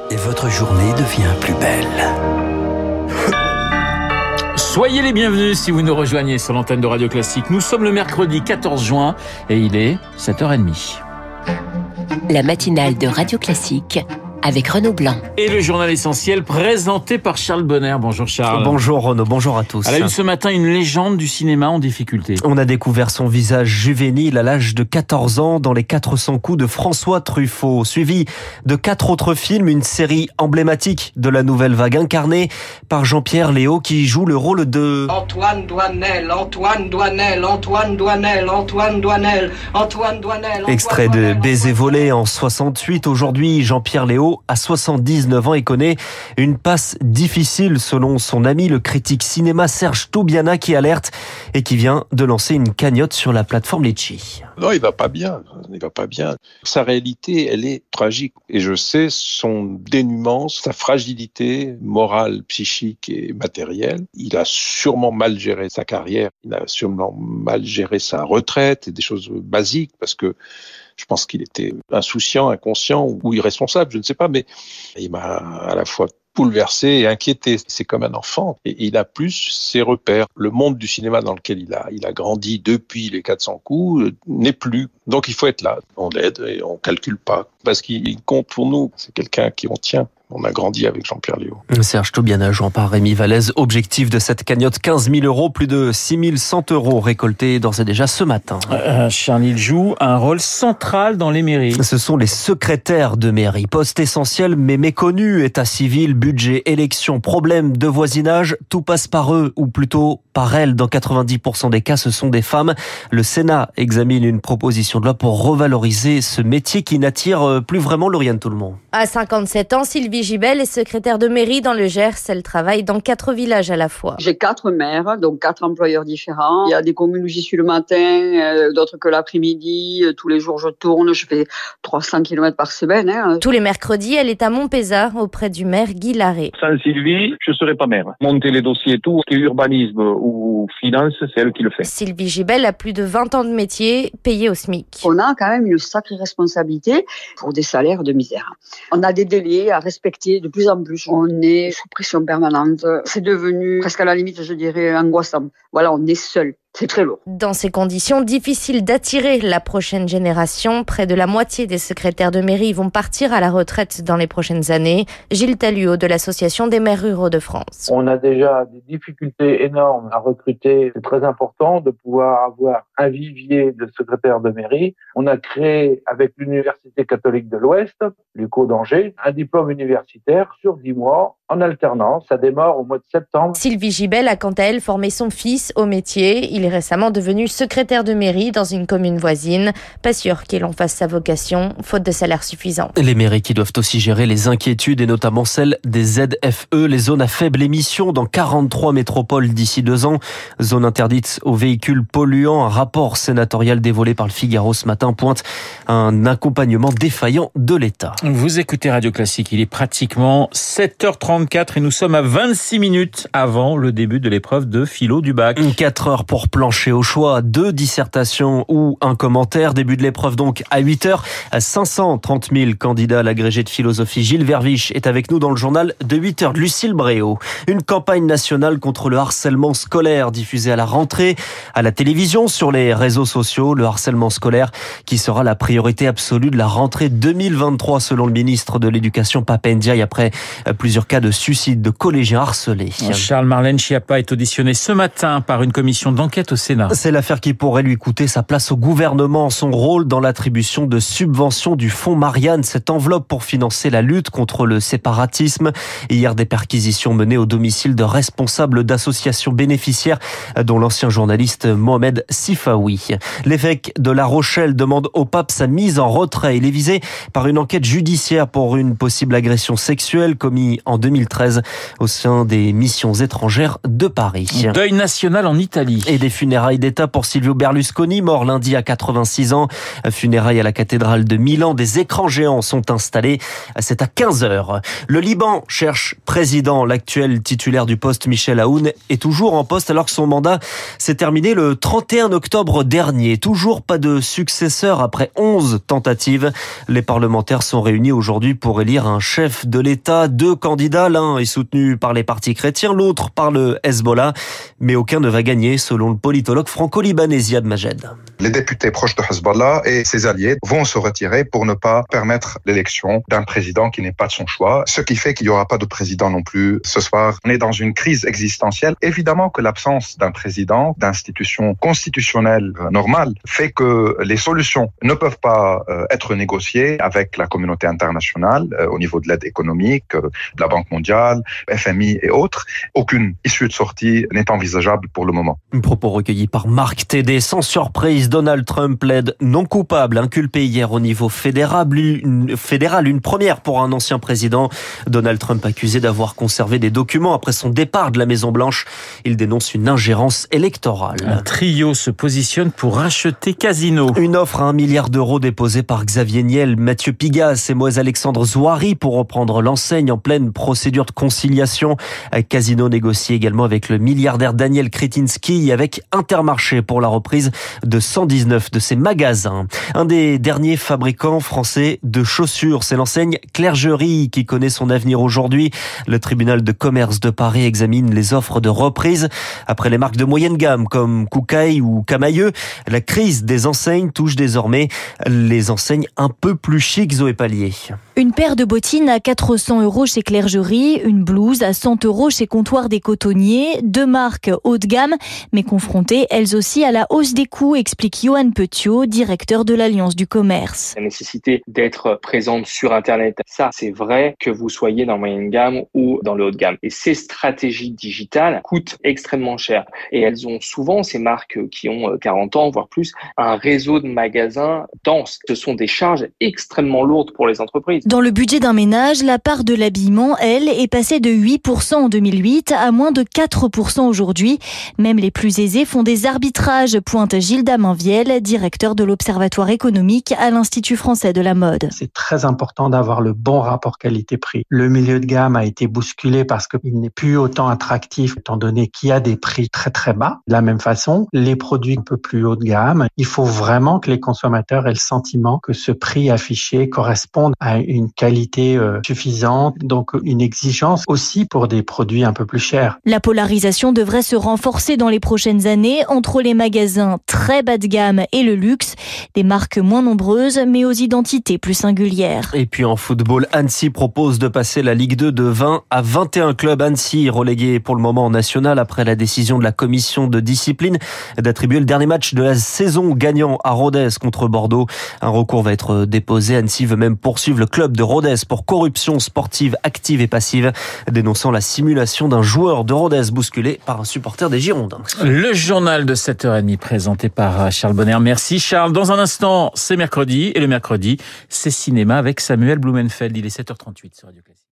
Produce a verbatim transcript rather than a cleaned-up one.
et votre journée devient plus belle. Soyez les bienvenus si vous nous rejoignez sur l'antenne de Radio Classique. Nous sommes le mercredi quatorze juin et il est sept heures trente. La matinale de Radio Classique avec Renaud Blanc. Et le journal essentiel présenté par Charles Bonner. Bonjour Charles. Bonjour Renaud, bonjour à tous. À la une ce matin, une légende du cinéma en difficulté. On a découvert son visage juvénile à l'âge de quatorze ans dans Les quatre cents coups de François Truffaut, suivi de quatre autres films, une série emblématique de la nouvelle vague incarnée par Jean-Pierre Léaud qui joue le rôle de... Antoine Doinel, Antoine Doinel, Antoine Doinel, Antoine Doinel, Antoine Doinel. Extrait de Baiser volé en soixante-huit. Aujourd'hui, Jean-Pierre Léaud a soixante-dix-neuf ans et connaît une passe difficile selon son ami le critique cinéma Serge Toubiana qui alerte et qui vient de lancer une cagnotte sur la plateforme Litchi. Non, il va pas bien, il va pas bien. Sa réalité, elle est tragique. Et je sais son dénuement, sa fragilité morale, psychique et matérielle. Il a sûrement mal géré sa carrière, il a sûrement mal géré sa retraite et des choses basiques parce que je pense qu'il était insouciant, inconscient ou irresponsable, je ne sais pas, mais il m'a à la fois bouleversé et inquiété. C'est comme un enfant et il a plus ses repères. Le monde du cinéma dans lequel il a, il a grandi depuis les quatre cents coups n'est plus. Donc il faut être là. On l'aide et on calcule pas parce qu'il compte pour nous. C'est quelqu'un qui on tient. On a grandi avec Jean-Pierre Léaud. Serge Toubiana, joué par Rémi Vallès. Objectif de cette cagnotte, quinze mille euros, plus de six mille cent euros récoltés d'ores et déjà ce matin. Euh, Charles joue un rôle central dans les mairies. Ce sont les secrétaires de mairie. Poste essentiel mais méconnu. État civil, budget, élection, problème de voisinage. Tout passe par eux ou plutôt par elles. Dans quatre-vingt-dix pour cent des cas, ce sont des femmes. Le Sénat examine une proposition de loi pour revaloriser ce métier qui n'attire plus vraiment Lauriane Tout-le-Monde. À cinquante-sept ans, Sylvie Gibel est secrétaire de mairie dans le Gers. Elle travaille dans quatre villages à la fois. J'ai quatre maires, donc quatre employeurs différents. Il y a des communes où j'y suis le matin, euh, d'autres que l'après-midi. Tous les jours, je tourne. Je fais trois cents kilomètres par semaine. Hein. Tous les mercredis, elle est à Montpezat auprès du maire Guy Larré. Sans Sylvie, je ne serais pas maire. Monter les dossiers et tout, ce qui est urbanisme ou finance, c'est elle qui le fait. Sylvie Gibel a plus de vingt ans de métier, payée au SMIC. On a quand même une sacrée responsabilité pour des salaires de misère. On a des délais à respecter de plus en plus. On est sous pression permanente. C'est devenu presque à la limite, je dirais, angoissant. Voilà, on est seul. C'est très lourd. Dans ces conditions, difficile d'attirer la prochaine génération. Près de la moitié des secrétaires de mairie vont partir à la retraite dans les prochaines années. Gilles Talluot de l'Association des maires ruraux de France. On a déjà des difficultés énormes à recruter. C'est très important de pouvoir avoir un vivier de secrétaires de mairie. On a créé avec l'Université catholique de l'Ouest, l'U C O d'Angers, un diplôme universitaire sur dix mois en alternance. Ça démarre au mois de septembre. Sylvie Gibel a quant à elle formé son fils au métier. Il est récemment devenu secrétaire de mairie dans une commune voisine. Pas sûr qu'il en fasse sa vocation, faute de salaire suffisant. Les mairies qui doivent aussi gérer les inquiétudes et notamment celles des Z F E, les zones à faible émission dans quarante-trois métropoles d'ici deux ans. Zone interdite aux véhicules polluants. Un rapport sénatorial dévoilé par le Figaro ce matin pointe un accompagnement défaillant de l'État. Vous écoutez Radio Classique, il est pratiquement sept heures trente-quatre et nous sommes à vingt-six minutes avant le début de l'épreuve de philo du bac. quatre heures pour plancher au choix, deux dissertations ou un commentaire. Début de l'épreuve donc à huit heures. cinq cent trente mille candidats à l'agrégé de philosophie. Gilles Verviche est avec nous dans le journal de huit heures. Lucille Bréau. Une campagne nationale contre le harcèlement scolaire diffusée à la rentrée à la télévision, sur les réseaux sociaux. Le harcèlement scolaire qui sera la priorité absolue de la rentrée deux mille vingt-trois selon le ministre de l'Éducation Pap Ndiaye après plusieurs cas de suicide de collégiens harcelés. Charles-Marlène Schiappa est auditionné ce matin par une commission d'enquête au Sénat. C'est l'affaire qui pourrait lui coûter sa place au gouvernement, son rôle dans l'attribution de subventions du fonds Marianne, cette enveloppe pour financer la lutte contre le séparatisme. Hier, des perquisitions menées au domicile de responsables d'associations bénéficiaires, dont l'ancien journaliste Mohamed Sifawi. L'évêque de La Rochelle demande au pape sa mise en retrait. Il est visé par une enquête judiciaire pour une possible agression sexuelle commise en deux mille mille treize au sein des missions étrangères de Paris. Deuil national en Italie. Et des funérailles d'État pour Silvio Berlusconi, mort lundi à quatre-vingt-six ans. Funérailles à la cathédrale de Milan. Des écrans géants sont installés. C'est à quinze heures. Le Liban cherche président. L'actuel titulaire du poste, Michel Aoun, est toujours en poste alors que son mandat s'est terminé le trente et un octobre dernier. Toujours pas de successeur après onze tentatives. Les parlementaires sont réunis aujourd'hui pour élire un chef de l'État. Deux candidats, l'un est soutenu par les partis chrétiens, l'autre par le Hezbollah. Mais aucun ne va gagner, selon le politologue franco-libanais Ziad Majed. Les députés proches de Hezbollah et ses alliés vont se retirer pour ne pas permettre l'élection d'un président qui n'est pas de son choix. Ce qui fait qu'il n'y aura pas de président non plus ce soir. On est dans une crise existentielle. Évidemment que l'absence d'un président, d'institution constitutionnelle normale, fait que les solutions ne peuvent pas être négociées avec la communauté internationale au niveau de l'aide économique, de la Banque mondiale, F M I et autres. Aucune issue de sortie n'est envisageable pour le moment. Un propos recueilli par Marc Tédé. Sans surprise, Donald Trump plaide non coupable, inculpé hier au niveau fédéral. Une, fédéral, une première pour un ancien président. Donald Trump accusé d'avoir conservé des documents après son départ de la Maison-Blanche. Il dénonce une ingérence électorale. Un trio se positionne pour racheter Casino. Une offre à un milliard d'euros déposée par Xavier Niel, Mathieu Pigasse et Moïse Alexandre Zouari pour reprendre l'enseigne en pleine procédure de conciliation. Casino négocie également avec le milliardaire Daniel Kretinsky et avec Intermarché pour la reprise de cent dix-neuf de ses magasins. Un des derniers fabricants français de chaussures, c'est l'enseigne Clergerie qui connaît son avenir aujourd'hui. Le tribunal de commerce de Paris examine les offres de reprise. Après les marques de moyenne gamme comme Koukaï ou Camailleux, la crise des enseignes touche désormais les enseignes un peu plus chic, Zoé Pallier. Une paire de bottines à quatre cents euros chez Clergerie, une blouse à cent euros chez Comptoir des Cotonniers, deux marques haut de gamme, mais confrontées elles aussi à la hausse des coûts, explique Johan Petiot, directeur de l'Alliance du commerce. La nécessité d'être présente sur Internet, ça c'est vrai que vous soyez dans la moyenne gamme ou dans le haut de gamme. Et ces stratégies digitales coûtent extrêmement cher. Et elles ont souvent, ces marques qui ont quarante ans, voire plus, un réseau de magasins dense. Ce sont des charges extrêmement lourdes pour les entreprises. Dans le budget d'un ménage, la part de l'habillement, elle, est passée de huit pour cent en deux mille huit à moins de quatre pour cent aujourd'hui. Même les plus aisés font des arbitrages, pointe Gilda Mainviel, directeur de l'Observatoire économique à l'Institut français de la mode. C'est très important d'avoir le bon rapport qualité-prix. Le milieu de gamme a été bousculé parce qu'il n'est plus autant attractif étant donné qu'il y a des prix très très bas. De la même façon, les produits un peu plus haut de gamme, il faut vraiment que les consommateurs aient le sentiment que ce prix affiché corresponde à une qualité euh, suffisante, donc une exigence aussi pour des produits un peu plus chers. La polarisation devrait se renforcer dans les prochaines années entre les magasins très bas de gamme et le luxe, des marques moins nombreuses mais aux identités plus singulières. Et puis en football, Annecy propose de passer la Ligue deux de vingt à vingt et un clubs. Annecy relégué pour le moment en national après la décision de la commission de discipline d'attribuer le dernier match de la saison gagnant à Rodez contre Bordeaux. Un recours va être déposé. Annecy veut même poursuivre le club de Rodez pour corruption sportive active et passive, dénonçant la simulation d'un joueur de Rodez bousculé par un supporter des Girondins. Le journal de sept heures trente présenté par Charles Bonner. Merci Charles. Dans un instant, c'est mercredi et le mercredi, c'est cinéma avec Samuel Blumenfeld. Il est sept heures trente-huit sur Radio Classique.